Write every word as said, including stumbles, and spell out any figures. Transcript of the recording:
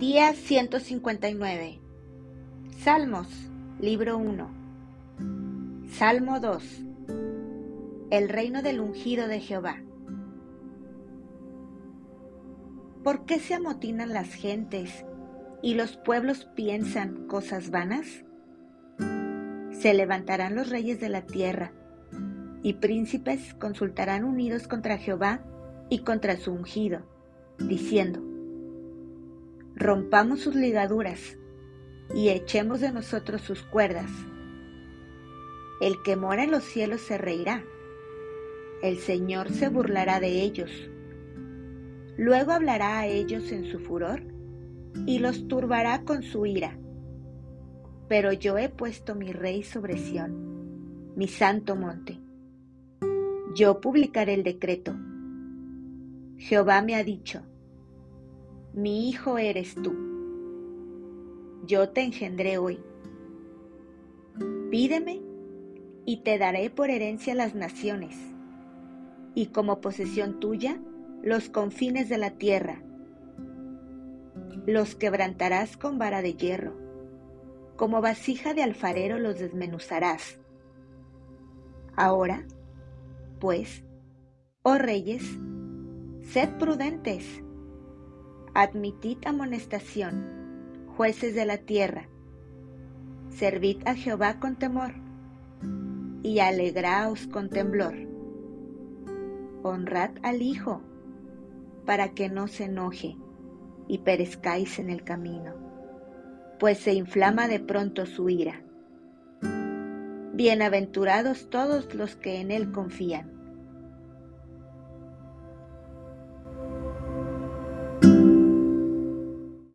Día ciento cincuenta y nueve. Salmos, libro uno. Salmo dos. El reino del ungido de Jehová. ¿Por qué se amotinan las gentes y los pueblos piensan cosas vanas? Se levantarán los reyes de la tierra, y príncipes consultarán unidos contra Jehová y contra su ungido, diciendo: rompamos sus ligaduras y echemos de nosotros sus cuerdas. El que mora en los cielos se reirá, el Señor se burlará de ellos. Luego hablará a ellos en su furor y los turbará con su ira. Pero yo he puesto mi rey sobre Sión, mi santo monte. Yo publicaré el decreto. Jehová me ha dicho: mi hijo eres tú. Yo te engendré hoy. Pídeme y te daré por herencia las naciones, y como posesión tuya los confines de la tierra. Los quebrantarás con vara de hierro, como vasija de alfarero los desmenuzarás. Ahora, pues, oh reyes, sed prudentes. Admitid amonestación, jueces de la tierra. Servid a Jehová con temor, y alegraos con temblor. Honrad al Hijo, para que no se enoje y perezcáis en el camino, pues se inflama de pronto su ira. Bienaventurados todos los que en él confían.